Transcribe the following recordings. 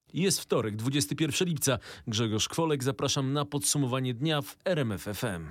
Jest wtorek, 21 lipca. Grzegorz Kwolek, zapraszam na podsumowanie dnia w RMF FM.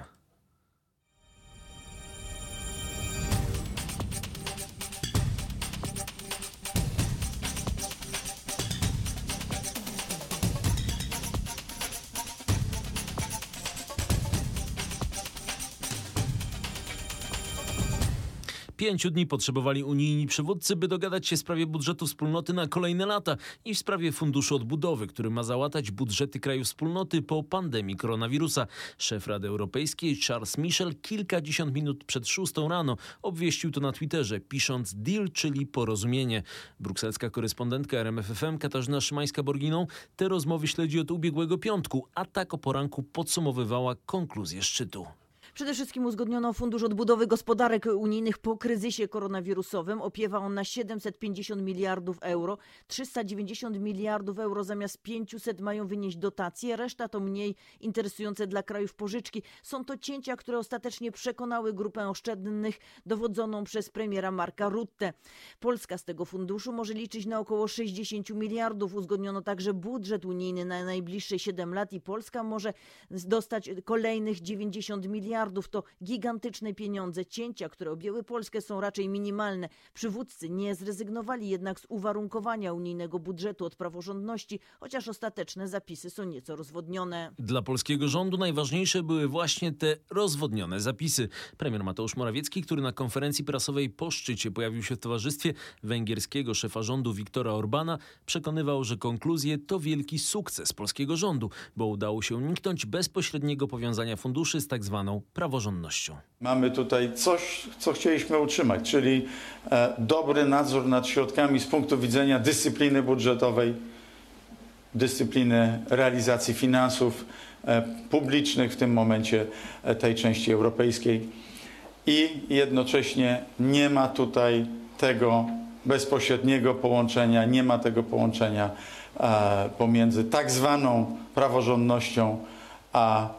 Pięciu dni potrzebowali unijni przywódcy, by dogadać się w sprawie budżetu wspólnoty na kolejne lata i w sprawie funduszu odbudowy, który ma załatać budżety krajów wspólnoty po pandemii koronawirusa. Szef Rady Europejskiej Charles Michel kilkadziesiąt minut przed 6 rano obwieścił to na Twitterze, pisząc deal, czyli porozumienie. Brukselska korespondentka RMF FM Katarzyna Szymańska-Borginą te rozmowy śledzi od ubiegłego piątku, a tak o poranku podsumowywała konkluzję szczytu. Przede wszystkim uzgodniono Fundusz Odbudowy Gospodarek Unijnych po kryzysie koronawirusowym. Opiewa on na 750 miliardów euro. 390 miliardów euro zamiast 500 mają wynieść dotacje. Reszta to mniej interesujące dla krajów pożyczki. Są to cięcia, które ostatecznie przekonały grupę oszczędnych dowodzoną przez premiera Marka Rutte. Polska z tego funduszu może liczyć na około 60 miliardów. Uzgodniono także budżet unijny na najbliższe 7 lat i Polska może dostać kolejnych 90 miliardów. To gigantyczne pieniądze. Cięcia, które objęły Polskę, są raczej minimalne. Przywódcy nie zrezygnowali jednak z uwarunkowania unijnego budżetu od praworządności, chociaż ostateczne zapisy są nieco rozwodnione. Dla polskiego rządu najważniejsze były właśnie te rozwodnione zapisy. Premier Mateusz Morawiecki, który na konferencji prasowej po szczycie pojawił się w towarzystwie węgierskiego szefa rządu Viktora Orbana, przekonywał, że konkluzje to wielki sukces polskiego rządu, bo udało się uniknąć bezpośredniego powiązania funduszy z tak zwaną praworządnością. Mamy tutaj coś, co chcieliśmy utrzymać, czyli dobry nadzór nad środkami z punktu widzenia dyscypliny budżetowej, dyscypliny realizacji finansów publicznych, w tym momencie tej części europejskiej. I jednocześnie nie ma tutaj tego bezpośredniego połączenia, nie ma tego połączenia pomiędzy tak zwaną praworządnością a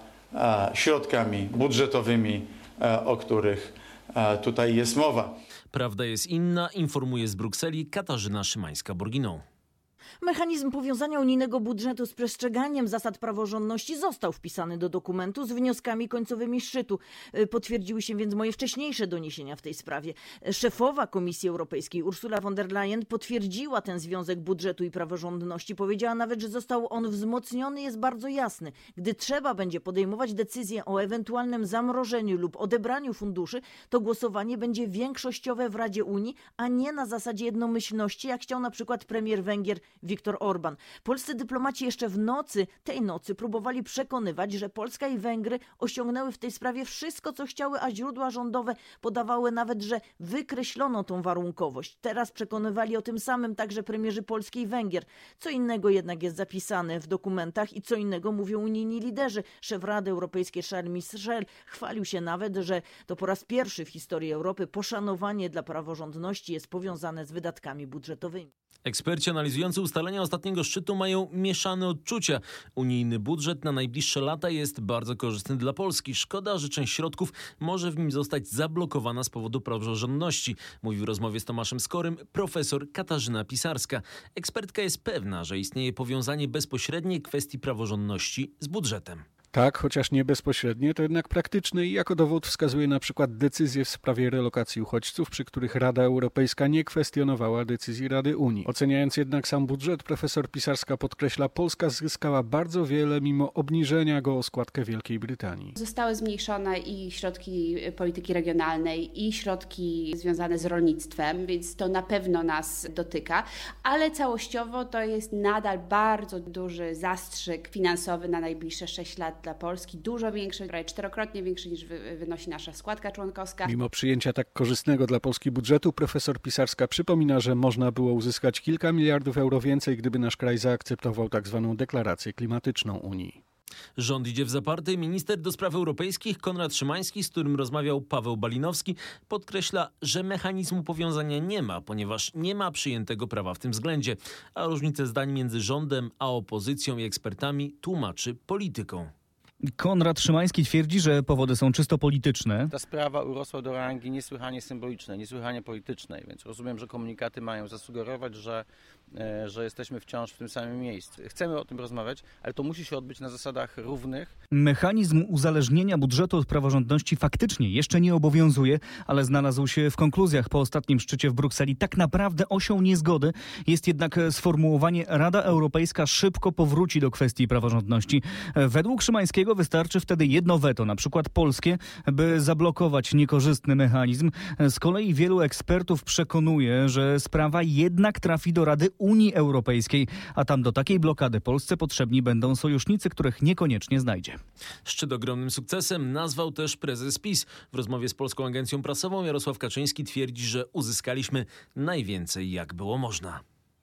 środkami budżetowymi, o których tutaj jest mowa. Prawda jest inna, informuje z Brukseli Katarzyna Szymańska-Borginą. Mechanizm powiązania unijnego budżetu z przestrzeganiem zasad praworządności został wpisany do dokumentu z wnioskami końcowymi szczytu. Potwierdziły się więc moje wcześniejsze doniesienia w tej sprawie. Szefowa Komisji Europejskiej Ursula von der Leyen potwierdziła ten związek budżetu i praworządności. Powiedziała nawet, że został on wzmocniony, jest bardzo jasny. Gdy trzeba będzie podejmować decyzję o ewentualnym zamrożeniu lub odebraniu funduszy, to głosowanie będzie większościowe w Radzie Unii, a nie na zasadzie jednomyślności, jak chciał na przykład premier Węgier Viktor Orban. Polscy dyplomaci jeszcze w tej nocy próbowali przekonywać, że Polska i Węgry osiągnęły w tej sprawie wszystko, co chciały, a źródła rządowe podawały nawet, że wykreślono tą warunkowość. Teraz przekonywali o tym samym także premierzy Polski i Węgier. Co innego jednak jest zapisane w dokumentach i co innego mówią unijni liderzy. Szef Rady Europejskiej Charles Michel chwalił się nawet, że to po raz pierwszy w historii Europy poszanowanie dla praworządności jest powiązane z wydatkami budżetowymi. Eksperci analizujący ustalenia ostatniego szczytu mają mieszane odczucia. Unijny budżet na najbliższe lata jest bardzo korzystny dla Polski. Szkoda, że część środków może w nim zostać zablokowana z powodu praworządności, mówi w rozmowie z Tomaszem Skorym profesor Katarzyna Pisarska. Ekspertka jest pewna, że istnieje powiązanie bezpośrednie kwestii praworządności z budżetem. Tak, chociaż nie bezpośrednie, to jednak praktyczne i jako dowód wskazuje na przykład decyzje w sprawie relokacji uchodźców, przy których Rada Europejska nie kwestionowała decyzji Rady Unii. Oceniając jednak sam budżet, profesor Pisarska podkreśla, Polska zyskała bardzo wiele mimo obniżenia go o składkę Wielkiej Brytanii. Zostały zmniejszone i środki polityki regionalnej, i środki związane z rolnictwem, więc to na pewno nas dotyka, ale całościowo to jest nadal bardzo duży zastrzyk finansowy na najbliższe 6 lat dla Polski, dużo większy, prawie 4-krotnie większy niż wynosi nasza składka członkowska. Mimo przyjęcia tak korzystnego dla Polski budżetu, profesor Pisarska przypomina, że można było uzyskać kilka miliardów euro więcej, gdyby nasz kraj zaakceptował tak zwaną deklarację klimatyczną Unii. Rząd idzie w zaparte. Minister do spraw europejskich Konrad Szymański, z którym rozmawiał Paweł Balinowski, podkreśla, że mechanizmu powiązania nie ma, ponieważ nie ma przyjętego prawa w tym względzie, a różnice zdań między rządem a opozycją i ekspertami tłumaczy polityką. Konrad Szymański twierdzi, że powody są czysto polityczne. Ta sprawa urosła do rangi niesłychanie symbolicznej, niesłychanie politycznej, więc rozumiem, że komunikaty mają zasugerować, że że jesteśmy wciąż w tym samym miejscu. Chcemy o tym rozmawiać, ale to musi się odbyć na zasadach równych. Mechanizm uzależnienia budżetu od praworządności faktycznie jeszcze nie obowiązuje, ale znalazł się w konkluzjach po ostatnim szczycie w Brukseli. Tak naprawdę osią niezgody jest jednak sformułowanie Rada Europejska szybko powróci do kwestii praworządności. Według Szymańskiego wystarczy wtedy jedno weto, na przykład polskie, by zablokować niekorzystny mechanizm. Z kolei wielu ekspertów przekonuje, że sprawa jednak trafi do Rady Unii Europejskiej, a tam do takiej blokady Polsce potrzebni będą sojusznicy, których niekoniecznie znajdzie. Szczyt ogromnym sukcesem nazwał też prezes PiS. W rozmowie z Polską Agencją Prasową Jarosław Kaczyński twierdzi, że uzyskaliśmy najwięcej, jak było można.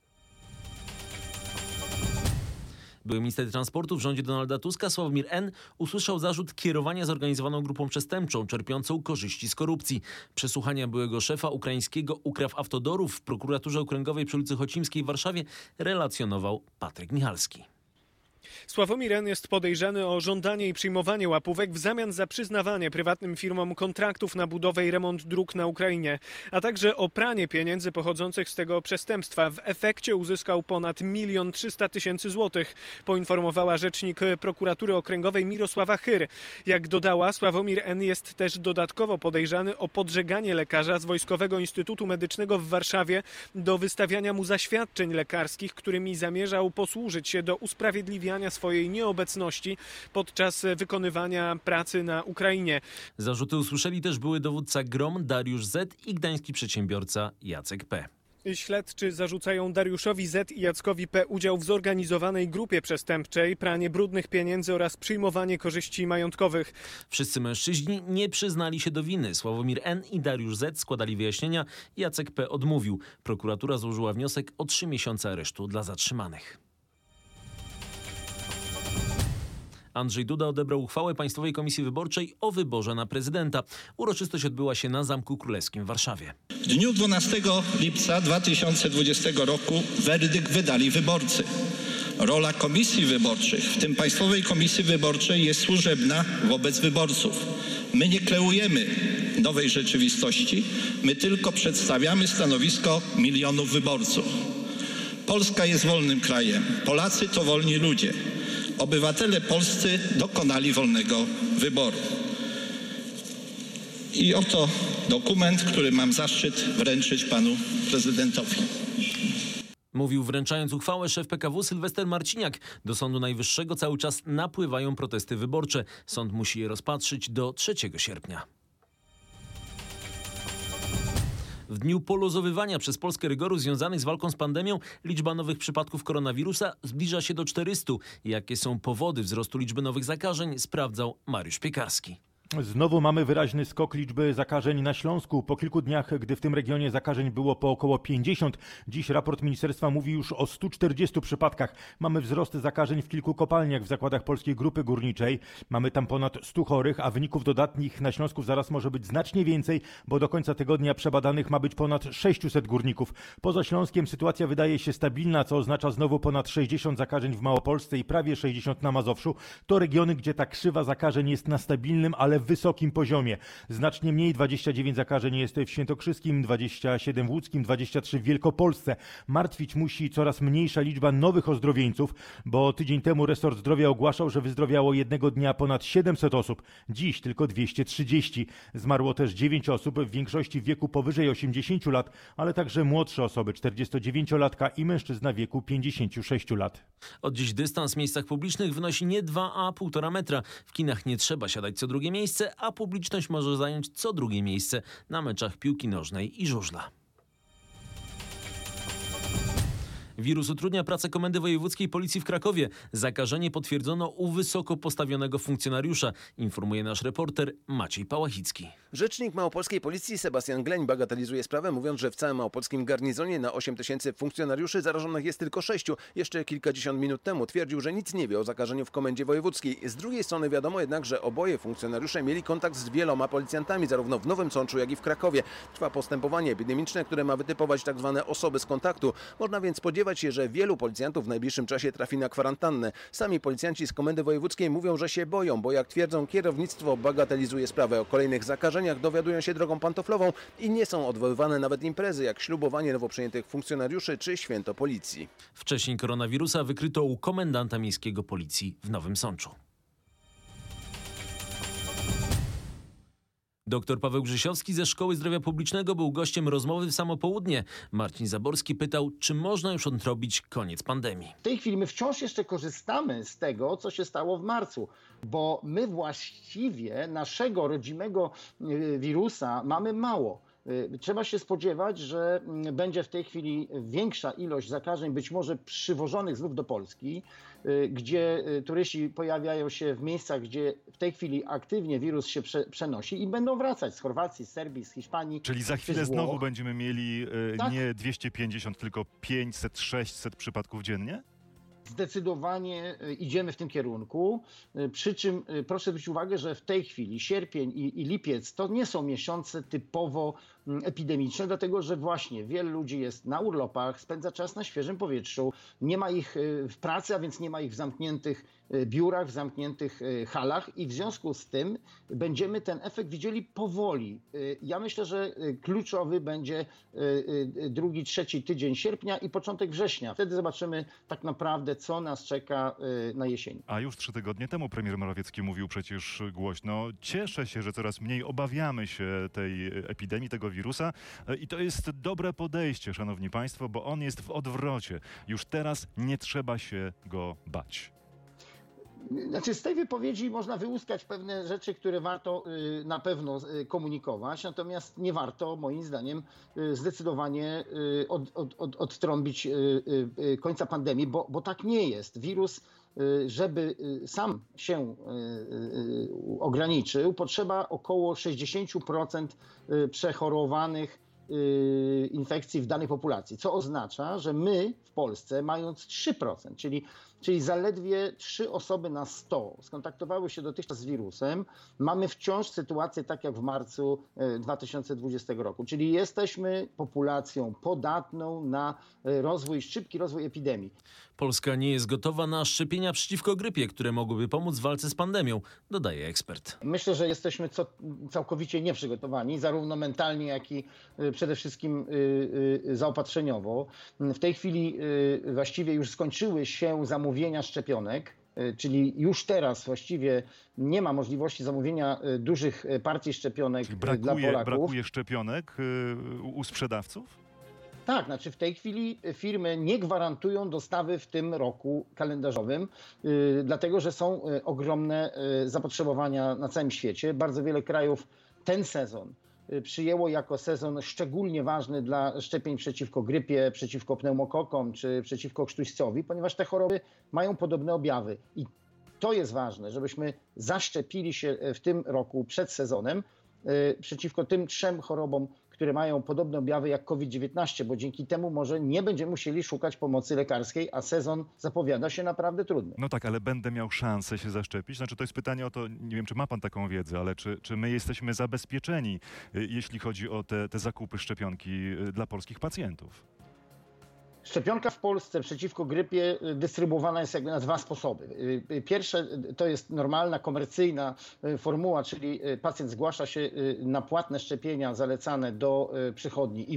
Były minister transportu w rządzie Donalda Tuska Sławomir N. usłyszał zarzut kierowania zorganizowaną grupą przestępczą czerpiącą korzyści z korupcji. Przesłuchania byłego szefa ukraińskiego Ukraw Autodorów w prokuraturze okręgowej przy ulicy Chocimskiej w Warszawie relacjonował Patryk Michalski. Sławomir N. jest podejrzany o żądanie i przyjmowanie łapówek w zamian za przyznawanie prywatnym firmom kontraktów na budowę i remont dróg na Ukrainie, a także o pranie pieniędzy pochodzących z tego przestępstwa. W efekcie uzyskał ponad 1 300 000 złotych, poinformowała rzecznik prokuratury okręgowej Mirosława Chyr. Jak dodała, Sławomir N. jest też dodatkowo podejrzany o podżeganie lekarza z Wojskowego Instytutu Medycznego w Warszawie do wystawiania mu zaświadczeń lekarskich, którymi zamierzał posłużyć się do usprawiedliwiania swojej nieobecności podczas wykonywania pracy na Ukrainie. Zarzuty usłyszeli też były dowódca GROM Dariusz Z. i gdański przedsiębiorca Jacek P. Śledczy zarzucają Dariuszowi Z. i Jackowi P. udział w zorganizowanej grupie przestępczej, pranie brudnych pieniędzy oraz przyjmowanie korzyści majątkowych. Wszyscy mężczyźni nie przyznali się do winy. Sławomir N. i Dariusz Z. składali wyjaśnienia. Jacek P. odmówił. Prokuratura złożyła wniosek o 3 miesiące aresztu dla zatrzymanych. Andrzej Duda odebrał uchwałę Państwowej Komisji Wyborczej o wyborze na prezydenta. Uroczystość odbyła się na Zamku Królewskim w Warszawie. W dniu 12 lipca 2020 roku werdykt wydali wyborcy. Rola komisji wyborczych, w tym Państwowej Komisji Wyborczej, jest służebna wobec wyborców. My nie kreujemy nowej rzeczywistości, my tylko przedstawiamy stanowisko milionów wyborców. Polska jest wolnym krajem, Polacy to wolni ludzie. Obywatele polscy dokonali wolnego wyboru. I oto dokument, który mam zaszczyt wręczyć panu prezydentowi. Mówił wręczając uchwałę szef PKW Sylwester Marciniak. Do Sądu Najwyższego cały czas napływają protesty wyborcze. Sąd musi je rozpatrzyć do 3 sierpnia. W dniu poluzowywania przez Polskę rygoru związanych z walką z pandemią liczba nowych przypadków koronawirusa zbliża się do 400. Jakie są powody wzrostu liczby nowych zakażeń, sprawdzał Mariusz Piekarski. Znowu mamy wyraźny skok liczby zakażeń na Śląsku. Po kilku dniach, gdy w tym regionie zakażeń było po około 50, dziś raport ministerstwa mówi już o 140 przypadkach. Mamy wzrost zakażeń w kilku kopalniach w zakładach Polskiej Grupy Górniczej. Mamy tam ponad 100 chorych, a wyników dodatnich na Śląsku zaraz może być znacznie więcej, bo do końca tygodnia przebadanych ma być ponad 600 górników. Poza Śląskiem sytuacja wydaje się stabilna, co oznacza znowu ponad 60 zakażeń w Małopolsce i prawie 60 na Mazowszu. To regiony, gdzie ta krzywa zakażeń jest na stabilnym, ale w wysokim poziomie. Znacznie mniej, 29 zakażeń jest w Świętokrzyskim, 27 w Łódzkim, 23 w Wielkopolsce. Martwić musi coraz mniejsza liczba nowych ozdrowieńców, bo tydzień temu resort zdrowia ogłaszał, że wyzdrowiało jednego dnia ponad 700 osób. Dziś tylko 230. Zmarło też 9 osób, w większości w wieku powyżej 80 lat, ale także młodsze osoby, 49-latka i mężczyzna w wieku 56 lat. Od dziś dystans w miejscach publicznych wynosi nie 2, a 1,5 metra. W kinach nie trzeba siadać co drugie miejsce, a publiczność może zająć co drugie miejsce na meczach piłki nożnej i żużla. Wirus utrudnia pracę Komendy Wojewódzkiej Policji w Krakowie. Zakażenie potwierdzono u wysoko postawionego funkcjonariusza, informuje nasz reporter Maciej Pałachicki. Rzecznik małopolskiej policji Sebastian Gleń bagatelizuje sprawę, mówiąc, że w całym małopolskim garnizonie na 8 000 funkcjonariuszy zarażonych jest tylko 6. Jeszcze kilkadziesiąt minut temu twierdził, że nic nie wie o zakażeniu w Komendzie Wojewódzkiej. Z drugiej strony wiadomo jednak, że oboje funkcjonariusze mieli kontakt z wieloma policjantami, zarówno w Nowym Sączu, jak i w Krakowie. Trwa postępowanie epidemiczne, które ma wytypować tzw. osoby z kontaktu. Można więc spodziewać się, że wielu policjantów w najbliższym czasie trafi na kwarantannę. Sami policjanci z Komendy Wojewódzkiej mówią, że się boją, bo jak twierdzą, kierownictwo bagatelizuje sprawę. O kolejnych zakażeniach zachorowaniach dowiadują się drogą pantoflową i nie są odwoływane nawet imprezy jak ślubowanie nowo przyjętych funkcjonariuszy czy święto policji. Wcześniej koronawirusa wykryto u komendanta miejskiego policji w Nowym Sączu. Dr Paweł Grzesiowski ze Szkoły Zdrowia Publicznego był gościem rozmowy w samo południe. Marcin Zaborski pytał, czy można już odrobić koniec pandemii. W tej chwili my wciąż jeszcze korzystamy z tego, co się stało w marcu, bo my właściwie naszego rodzimego wirusa mamy mało. Trzeba się spodziewać, że będzie w tej chwili większa ilość zakażeń, być może przywożonych znów do Polski, gdzie turyści pojawiają się w miejscach, gdzie w tej chwili aktywnie wirus się przenosi i będą wracać z Chorwacji, z Serbii, z Hiszpanii. Czyli za chwilę znowu będziemy mieli nie 250, tylko 500, 600 przypadków dziennie? Zdecydowanie idziemy w tym kierunku, przy czym proszę zwrócić uwagę, że w tej chwili sierpień i lipiec to nie są miesiące typowo epidemiczne, dlatego że właśnie wielu ludzi jest na urlopach, spędza czas na świeżym powietrzu, nie ma ich w pracy, a więc nie ma ich w zamkniętych biurach, w zamkniętych halach i w związku z tym będziemy ten efekt widzieli powoli. Ja myślę, że kluczowy będzie drugi, trzeci tydzień sierpnia i początek września. Wtedy zobaczymy tak naprawdę, co nas czeka na jesieni. A już 3 tygodnie temu premier Morawiecki mówił przecież głośno: cieszę się, że coraz mniej obawiamy się tej epidemii, tego wirusa i to jest dobre podejście, szanowni państwo, bo on jest w odwrocie. Już teraz nie trzeba się go bać. Znaczy z tej wypowiedzi można wyłuskać pewne rzeczy, które warto na pewno komunikować, natomiast nie warto moim zdaniem zdecydowanie odtrąbić końca pandemii, bo tak nie jest. Wirus, żeby sam się ograniczył, potrzeba około 60% przechorowanych infekcji w danej populacji, co oznacza, że my w Polsce, mając 3%, czyli zaledwie 3 osoby na 100 skontaktowały się dotychczas z wirusem, mamy wciąż sytuację tak jak w marcu 2020 roku, czyli jesteśmy populacją podatną na szybki rozwój epidemii. Polska nie jest gotowa na szczepienia przeciwko grypie, które mogłyby pomóc w walce z pandemią, dodaje ekspert. Myślę, że jesteśmy całkowicie nieprzygotowani, zarówno mentalnie, jak i przede wszystkim zaopatrzeniowo. W tej chwili właściwie już skończyły się zamówienia szczepionek, czyli już teraz właściwie nie ma możliwości zamówienia dużych partii szczepionek dla Polaków. Brakuje szczepionek u sprzedawców? Tak, znaczy w tej chwili firmy nie gwarantują dostawy w tym roku kalendarzowym, dlatego że są ogromne zapotrzebowania na całym świecie. Bardzo wiele krajów ten sezon przyjęło jako sezon szczególnie ważny dla szczepień przeciwko grypie, przeciwko pneumokokom czy przeciwko krztuścowi, ponieważ te choroby mają podobne objawy. I to jest ważne, żebyśmy zaszczepili się w tym roku przed sezonem przeciwko tym 3 chorobom, które mają podobne objawy jak COVID-19, bo dzięki temu może nie będziemy musieli szukać pomocy lekarskiej, a sezon zapowiada się naprawdę trudny. No tak, ale będę miał szansę się zaszczepić? Znaczy to jest pytanie o to, nie wiem, czy ma pan taką wiedzę, ale czy my jesteśmy zabezpieczeni, jeśli chodzi o te zakupy szczepionki dla polskich pacjentów? Szczepionka w Polsce przeciwko grypie dystrybuowana jest jakby na 2 sposoby. Pierwsze to jest normalna, komercyjna formuła, czyli pacjent zgłasza się na płatne szczepienia zalecane do przychodni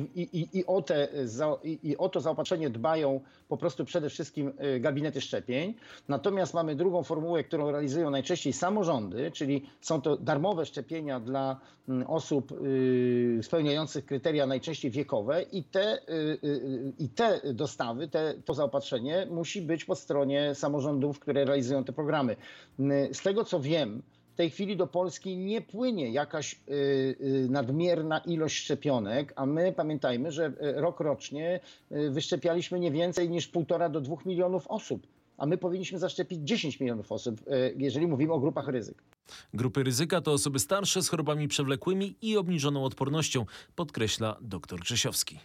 i o to zaopatrzenie dbają po prostu przede wszystkim gabinety szczepień. Natomiast mamy drugą formułę, którą realizują najczęściej samorządy, czyli są to darmowe szczepienia dla osób spełniających kryteria najczęściej wiekowe i te dostawy, to zaopatrzenie musi być po stronie samorządów, które realizują te programy. Z tego co wiem, w tej chwili do Polski nie płynie jakaś nadmierna ilość szczepionek, a my pamiętajmy, że rokrocznie wyszczepialiśmy nie więcej niż 1,5 do 2 milionów osób, a my powinniśmy zaszczepić 10 milionów osób, jeżeli mówimy o grupach ryzyka. Grupy ryzyka to osoby starsze z chorobami przewlekłymi i obniżoną odpornością, podkreśla dr Grzesiowski.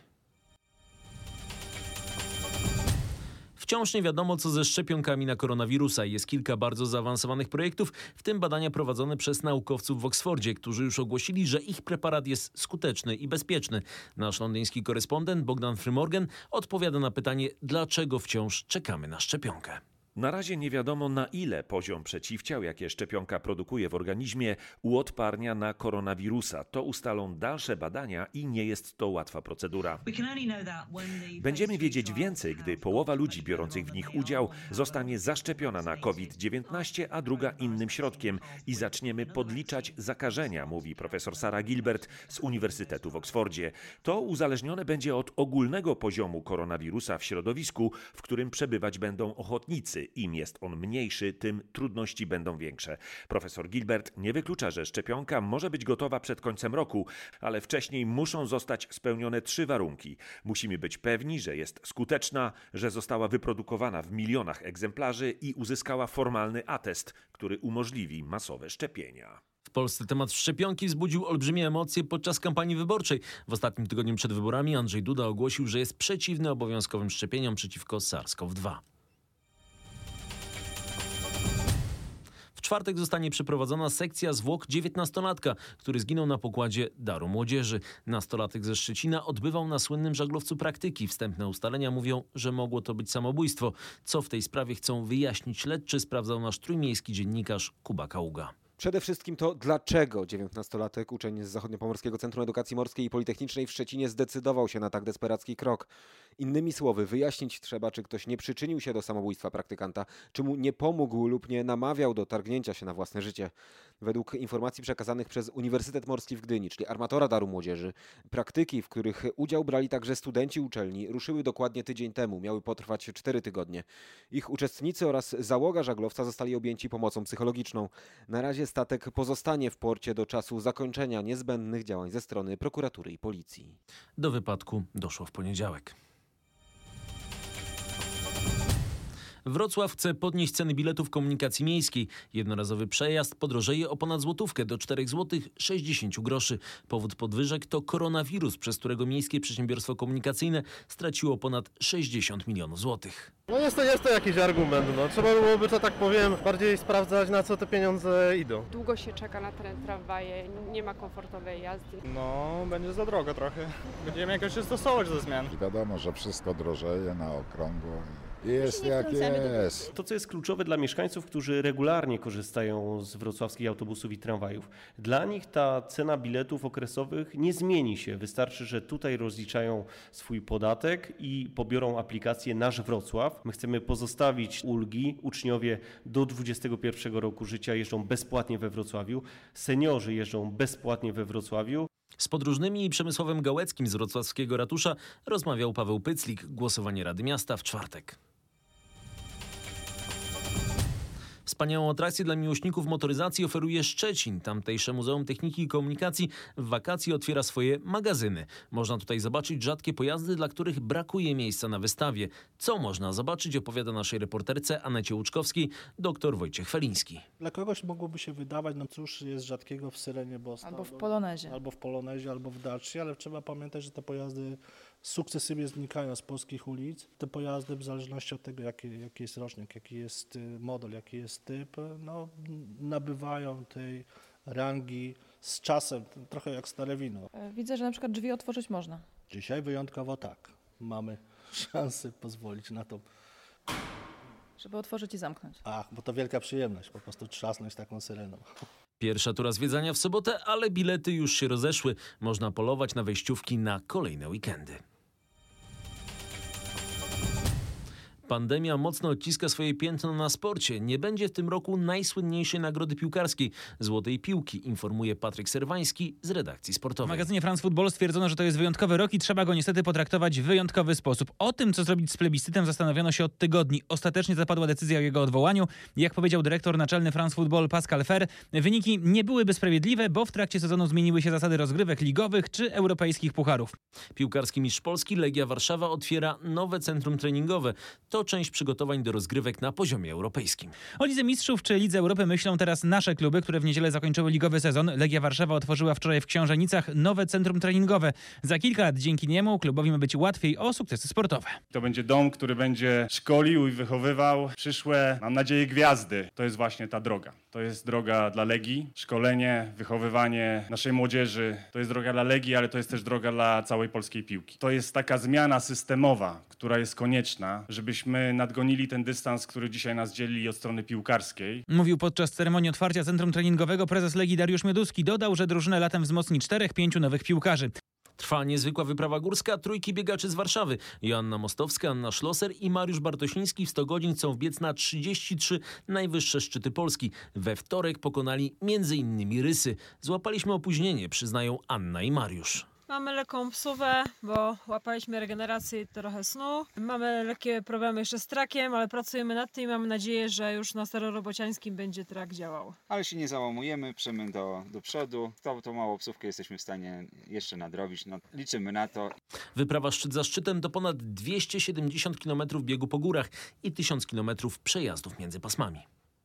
Wciąż nie wiadomo, co ze szczepionkami na koronawirusa. Jest kilka bardzo zaawansowanych projektów, w tym badania prowadzone przez naukowców w Oksfordzie, którzy już ogłosili, że ich preparat jest skuteczny i bezpieczny. Nasz londyński korespondent Bogdan Frymorgan odpowiada na pytanie, dlaczego wciąż czekamy na szczepionkę. Na razie nie wiadomo, na ile poziom przeciwciał, jakie szczepionka produkuje w organizmie, uodparnia na koronawirusa. To ustalą dalsze badania i nie jest to łatwa procedura. Będziemy wiedzieć więcej, gdy połowa ludzi biorących w nich udział zostanie zaszczepiona na COVID-19, a druga innym środkiem i zaczniemy podliczać zakażenia, mówi profesor Sarah Gilbert z Uniwersytetu w Oksfordzie. To uzależnione będzie od ogólnego poziomu koronawirusa w środowisku, w którym przebywać będą ochotnicy. Im jest on mniejszy, tym trudności będą większe. Profesor Gilbert nie wyklucza, że szczepionka może być gotowa przed końcem roku, ale wcześniej muszą zostać spełnione 3 warunki. Musimy być pewni, że jest skuteczna, że została wyprodukowana w milionach egzemplarzy i uzyskała formalny atest, który umożliwi masowe szczepienia. W Polsce temat szczepionki wzbudził olbrzymie emocje podczas kampanii wyborczej. W ostatnim tygodniu przed wyborami Andrzej Duda ogłosił, że jest przeciwny obowiązkowym szczepieniom przeciwko SARS-CoV-2. W czwartek zostanie przeprowadzona sekcja zwłok 19-latka, który zginął na pokładzie Daru Młodzieży. Nastolatek ze Szczecina odbywał na słynnym żaglowcu praktyki. Wstępne ustalenia mówią, że mogło to być samobójstwo. Co w tej sprawie chcą wyjaśnić śledczy, sprawdzał nasz trójmiejski dziennikarz Kuba Kaługa. Przede wszystkim to, dlaczego 19-latek, uczeń z Zachodniopomorskiego Centrum Edukacji Morskiej i Politechnicznej w Szczecinie zdecydował się na tak desperacki krok. Innymi słowy, wyjaśnić trzeba, czy ktoś nie przyczynił się do samobójstwa praktykanta, czy mu nie pomógł lub nie namawiał do targnięcia się na własne życie. Według informacji przekazanych przez Uniwersytet Morski w Gdyni, czyli armatora Daru Młodzieży, praktyki, w których udział brali także studenci uczelni, ruszyły dokładnie tydzień temu, miały potrwać 4 tygodnie. Ich uczestnicy oraz załoga żaglowca zostali objęci pomocą psychologiczną. Na razie statek pozostanie w porcie do czasu zakończenia niezbędnych działań ze strony prokuratury i policji. Do wypadku doszło w poniedziałek. Wrocław chce podnieść ceny biletów komunikacji miejskiej. Jednorazowy przejazd podrożeje o ponad złotówkę do 4 zł 60 groszy. Powód podwyżek to koronawirus, przez którego Miejskie Przedsiębiorstwo Komunikacyjne straciło ponad 60 milionów złotych. No jest to jakiś argument. Trzeba byłoby, że tak powiem, bardziej sprawdzać, na co te pieniądze idą. Długo się czeka na te tramwaje, nie ma komfortowej jazdy. No, będzie za drogo trochę. Będziemy jakoś się stosować do zmian. Wiadomo, że wszystko drożeje na okrągło. Jest jak jest. To, co jest kluczowe dla mieszkańców, którzy regularnie korzystają z wrocławskich autobusów i tramwajów. Dla nich ta cena biletów okresowych nie zmieni się. Wystarczy, że tutaj rozliczają swój podatek i pobiorą aplikację Nasz Wrocław. My chcemy pozostawić ulgi. Uczniowie do 21 roku życia jeżdżą bezpłatnie we Wrocławiu. Seniorzy jeżdżą bezpłatnie we Wrocławiu. Z podróżnymi i Przemysławem Gałeckim z wrocławskiego ratusza rozmawiał Paweł Pyclik. Głosowanie Rady Miasta w czwartek. Wspaniałą atrakcję dla miłośników motoryzacji oferuje Szczecin. Tamtejsze Muzeum Techniki i Komunikacji w wakacje otwiera swoje magazyny. Można tutaj zobaczyć rzadkie pojazdy, dla których brakuje miejsca na wystawie. Co można zobaczyć, opowiada naszej reporterce Anecie Łuczkowskiej dr Wojciech Feliński. Dla kogoś mogłoby się wydawać, no cóż jest rzadkiego w Syrenie Bosta. Albo w Polonezie. Albo w Dacia, ale trzeba pamiętać, że te pojazdy sukcesywnie znikają z polskich ulic. Te pojazdy, w zależności od tego, jaki jest rocznik, jaki jest model, jaki jest typ, no, nabywają tej rangi z czasem, trochę jak stare wino. Widzę, że na przykład drzwi otworzyć można. Dzisiaj wyjątkowo tak. Mamy szansę pozwolić na to. Żeby otworzyć i zamknąć. Bo to wielka przyjemność, po prostu trzasnąć taką syreną. Pierwsza tura zwiedzania w sobotę, ale bilety już się rozeszły. Można polować na wejściówki na kolejne weekendy. Pandemia mocno odciska swoje piętno na sporcie. Nie będzie w tym roku najsłynniejszej nagrody piłkarskiej Złotej Piłki, informuje Patryk Serwański z redakcji sportowej. W magazynie France Football stwierdzono, że to jest wyjątkowy rok i trzeba go niestety potraktować w wyjątkowy sposób. O tym, co zrobić z plebiscytem, zastanowiono się od tygodni. Ostatecznie zapadła decyzja o jego odwołaniu. Jak powiedział dyrektor naczelny France Football Pascal Fer, wyniki nie byłyby sprawiedliwe, bo w trakcie sezonu zmieniły się zasady rozgrywek ligowych czy europejskich pucharów. Piłkarski mistrz Polski Legia Warszawa otwiera nowe centrum treningowe. To część przygotowań do rozgrywek na poziomie europejskim. O Lidze Mistrzów czy Lidze Europy myślą teraz nasze kluby, które w niedzielę zakończyły ligowy sezon. Legia Warszawa otworzyła wczoraj w Książenicach nowe centrum treningowe. Za kilka lat dzięki niemu klubowi ma być łatwiej o sukcesy sportowe. To będzie dom, który będzie szkolił i wychowywał przyszłe, mam nadzieję, gwiazdy. To jest właśnie ta droga. To jest droga dla Legii. Szkolenie, wychowywanie naszej młodzieży. To jest droga dla Legii, ale to jest też droga dla całej polskiej piłki. To jest taka zmiana systemowa, która jest konieczna, żebyśmy żebyśmy nadgonili ten dystans, który dzisiaj nas dzieli od strony piłkarskiej. Mówił podczas ceremonii otwarcia centrum treningowego prezes Legii Dariusz Mioduski. Dodał, że drużynę latem wzmocni 4-5 nowych piłkarzy. Trwa niezwykła wyprawa górska trójki biegaczy z Warszawy. Joanna Mostowska, Anna Schlosser i Mariusz Bartosiński w 100 godzin chcą wbiec na 33 najwyższe szczyty Polski. We wtorek pokonali m.in. Rysy. Złapaliśmy opóźnienie, przyznają Anna i Mariusz. Mamy lekką psuwę, bo łapaliśmy regenerację i trochę snu. Mamy lekkie problemy jeszcze z trakiem, ale pracujemy nad tym i mamy nadzieję, że już na Starorobociańskim będzie trak działał. Ale się nie załamujemy, przemy do przodu. Tą małą psówkę jesteśmy w stanie jeszcze nadrobić. No, liczymy na to. Wyprawa szczyt za szczytem to ponad 270 km biegu po górach i 1000 km przejazdów między pasmami.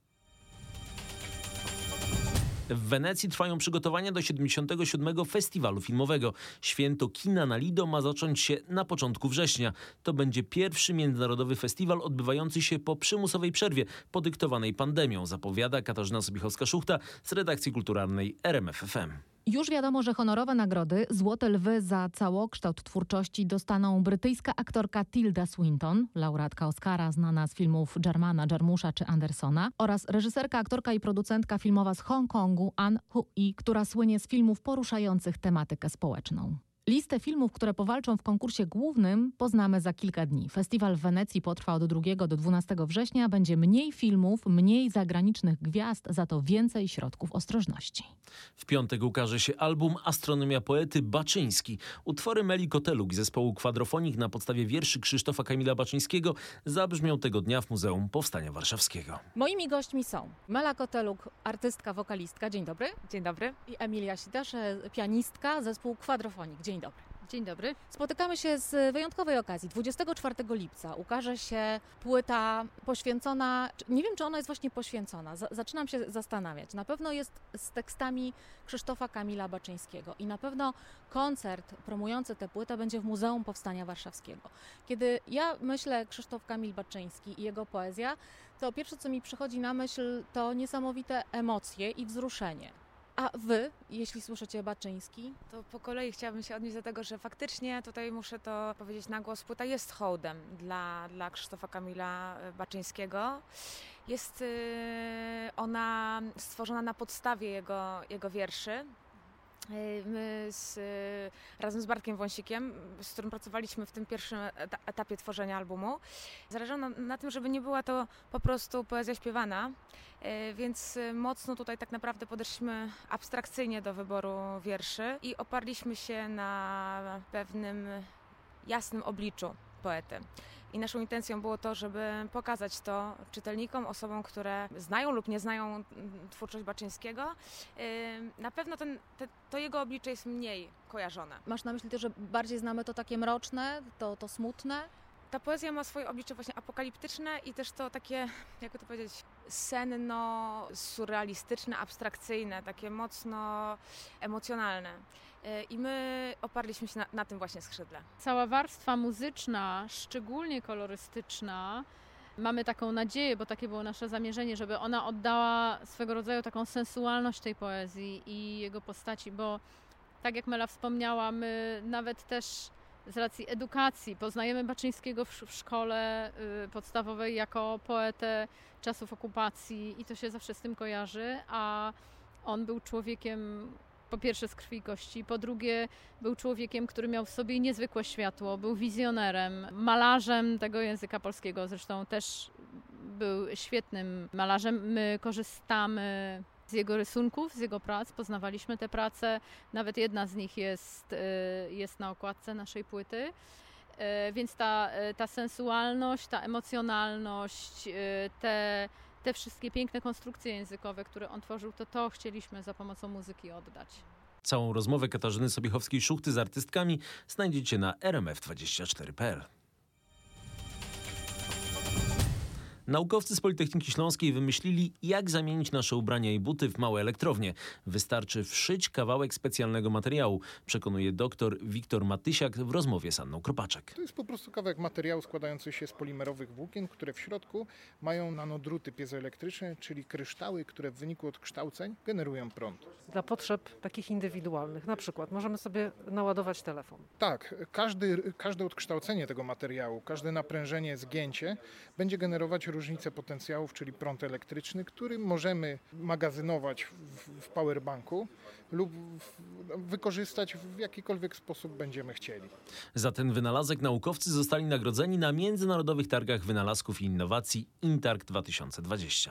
W Wenecji trwają przygotowania do 77. Festiwalu Filmowego. Święto kina na Lido ma zacząć się na początku września. To będzie pierwszy międzynarodowy festiwal odbywający się po przymusowej przerwie podyktowanej pandemią, zapowiada Katarzyna Sobichowska-Szuchta z redakcji kulturalnej RMF FM. Już wiadomo, że honorowe nagrody Złote Lwy za całokształt twórczości dostaną brytyjska aktorka Tilda Swinton, laureatka Oscara znana z filmów Jarmana, Jarmusza czy Andersona, oraz reżyserka, aktorka i producentka filmowa z Hongkongu An Hui, która słynie z filmów poruszających tematykę społeczną. Listę filmów, które powalczą w konkursie głównym, poznamy za kilka dni. Festiwal w Wenecji potrwa od 2 do 12 września. Będzie mniej filmów, mniej zagranicznych gwiazd, za to więcej środków ostrożności. W piątek ukaże się album Astronomia poety Baczyński. Utwory Meli Koteluk zespołu Kwadrofonik na podstawie wierszy Krzysztofa Kamila Baczyńskiego zabrzmią tego dnia w Muzeum Powstania Warszawskiego. Moimi gośćmi są Mela Koteluk, artystka, wokalistka. Dzień dobry. Dzień dobry. I Emilia Sidasz, pianistka, zespół Kwadrofonik. Dzień dobry. Dzień dobry. Spotykamy się z wyjątkowej okazji. 24 lipca ukaże się płyta poświęcona, nie wiem, czy ona jest właśnie poświęcona, zaczynam się zastanawiać. Na pewno jest z tekstami Krzysztofa Kamila Baczyńskiego i na pewno koncert promujący tę płytę będzie w Muzeum Powstania Warszawskiego. Kiedy ja myślę Krzysztof Kamil Baczyński i jego poezja, to pierwsze, co mi przychodzi na myśl, to niesamowite emocje i wzruszenie. A wy, jeśli słyszycie Baczyński? To po kolei chciałabym się odnieść do tego, że faktycznie tutaj muszę to powiedzieć na głos. Płyta jest hołdem dla Krzysztofa Kamila Baczyńskiego. Jest ona stworzona na podstawie jego wierszy. My razem z Bartkiem Wąsikiem, z którym pracowaliśmy w tym pierwszym etapie tworzenia albumu, zależało nam na tym, żeby nie była to po prostu poezja śpiewana, więc mocno tutaj tak naprawdę podeszliśmy abstrakcyjnie do wyboru wierszy i oparliśmy się na pewnym jasnym obliczu poety. I naszą intencją było to, żeby pokazać to czytelnikom, osobom, które znają lub nie znają twórczość Baczyńskiego. Na pewno to jego oblicze jest mniej kojarzone. Masz na myśli też, że bardziej znamy to takie mroczne, to smutne? Ta poezja ma swoje oblicze właśnie apokaliptyczne i też to takie, jakby to powiedzieć, senno-surrealistyczne, abstrakcyjne, takie mocno emocjonalne. I my oparliśmy się na tym właśnie skrzydle. Cała warstwa muzyczna, szczególnie kolorystyczna, mamy taką nadzieję, bo takie było nasze zamierzenie, żeby ona oddała swego rodzaju taką sensualność tej poezji i jego postaci, bo tak jak Mela wspomniała, my nawet też z racji edukacji poznajemy Baczyńskiego w szkole podstawowej jako poetę czasów okupacji i to się zawsze z tym kojarzy, a on był człowiekiem po pierwsze z krwi i kości, po drugie był człowiekiem, który miał w sobie niezwykłe światło, był wizjonerem, malarzem tego języka polskiego, zresztą też był świetnym malarzem. My korzystamy z jego rysunków, z jego prac, poznawaliśmy te prace, nawet jedna z nich jest na okładce naszej płyty, więc ta sensualność, ta emocjonalność, te wszystkie piękne konstrukcje językowe, które on tworzył, to chcieliśmy za pomocą muzyki oddać. Całą rozmowę Katarzyny Sobichowskiej-Szuchty z artystkami znajdziecie na rmf24.pl. Naukowcy z Politechniki Śląskiej wymyślili, jak zamienić nasze ubrania i buty w małe elektrownie. Wystarczy wszyć kawałek specjalnego materiału, przekonuje dr Wiktor Matysiak w rozmowie z Anną Kropaczek. To jest po prostu kawałek materiału składający się z polimerowych włókien, które w środku mają nanodruty piezoelektryczne, czyli kryształy, które w wyniku odkształceń generują prąd. Dla potrzeb takich indywidualnych, na przykład możemy sobie naładować telefon. Tak, każde odkształcenie tego materiału, każde naprężenie, zgięcie będzie generować różnicę potencjałów, czyli prąd elektryczny, który możemy magazynować w powerbanku lub wykorzystać w jakikolwiek sposób będziemy chcieli. Za ten wynalazek naukowcy zostali nagrodzeni na Międzynarodowych Targach Wynalazków i Innowacji INTARG 2020.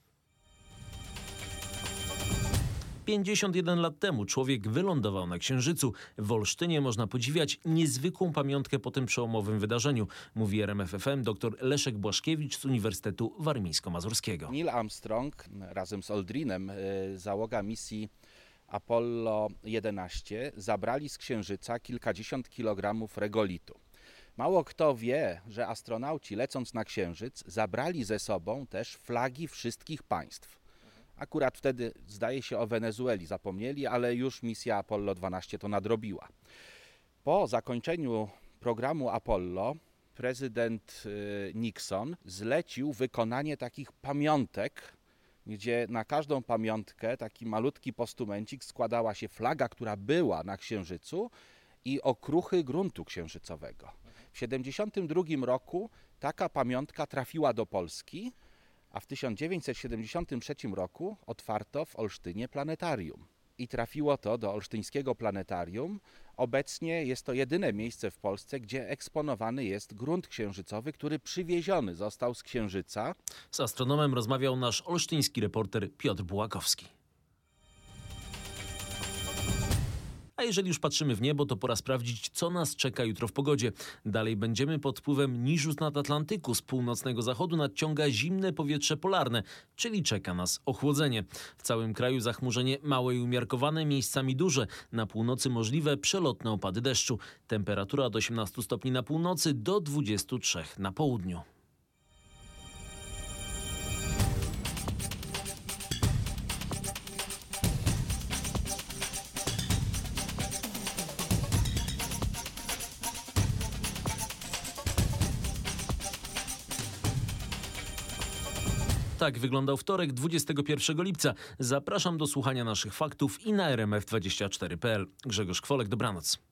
51 lat temu człowiek wylądował na Księżycu. W Olsztynie można podziwiać niezwykłą pamiątkę po tym przełomowym wydarzeniu, mówi RMF FM dr Leszek Błaszkiewicz z Uniwersytetu Warmińsko-Mazurskiego. Neil Armstrong razem z Aldrinem, załoga misji Apollo 11, zabrali z Księżyca kilkadziesiąt kilogramów regolitu. Mało kto wie, że astronauci lecąc na Księżyc zabrali ze sobą też flagi wszystkich państw. Akurat wtedy, zdaje się, o Wenezueli zapomnieli, ale już misja Apollo 12 to nadrobiła. Po zakończeniu programu Apollo prezydent Nixon zlecił wykonanie takich pamiątek, gdzie na każdą pamiątkę taki malutki postumencik składała się flaga, która była na Księżycu i okruchy gruntu księżycowego. W 1972 roku taka pamiątka trafiła do Polski, a w 1973 roku otwarto w Olsztynie planetarium. I trafiło to do olsztyńskiego planetarium. Obecnie jest to jedyne miejsce w Polsce, gdzie eksponowany jest grunt księżycowy, który przywieziony został z Księżyca. Z astronomem rozmawiał nasz olsztyński reporter Piotr Bułakowski. A jeżeli już patrzymy w niebo, to pora sprawdzić, co nas czeka jutro w pogodzie. Dalej będziemy pod wpływem niżu z nadatlantyku. Z północnego zachodu nadciąga zimne powietrze polarne, czyli czeka nas ochłodzenie. W całym kraju zachmurzenie małe i umiarkowane, miejscami duże. Na północy możliwe przelotne opady deszczu. Temperatura od 18 stopni na północy do 23 na południu. Tak wyglądał wtorek 21 lipca. Zapraszam do słuchania naszych faktów i na RMF24.pl. Grzegorz Kwolek, dobranoc.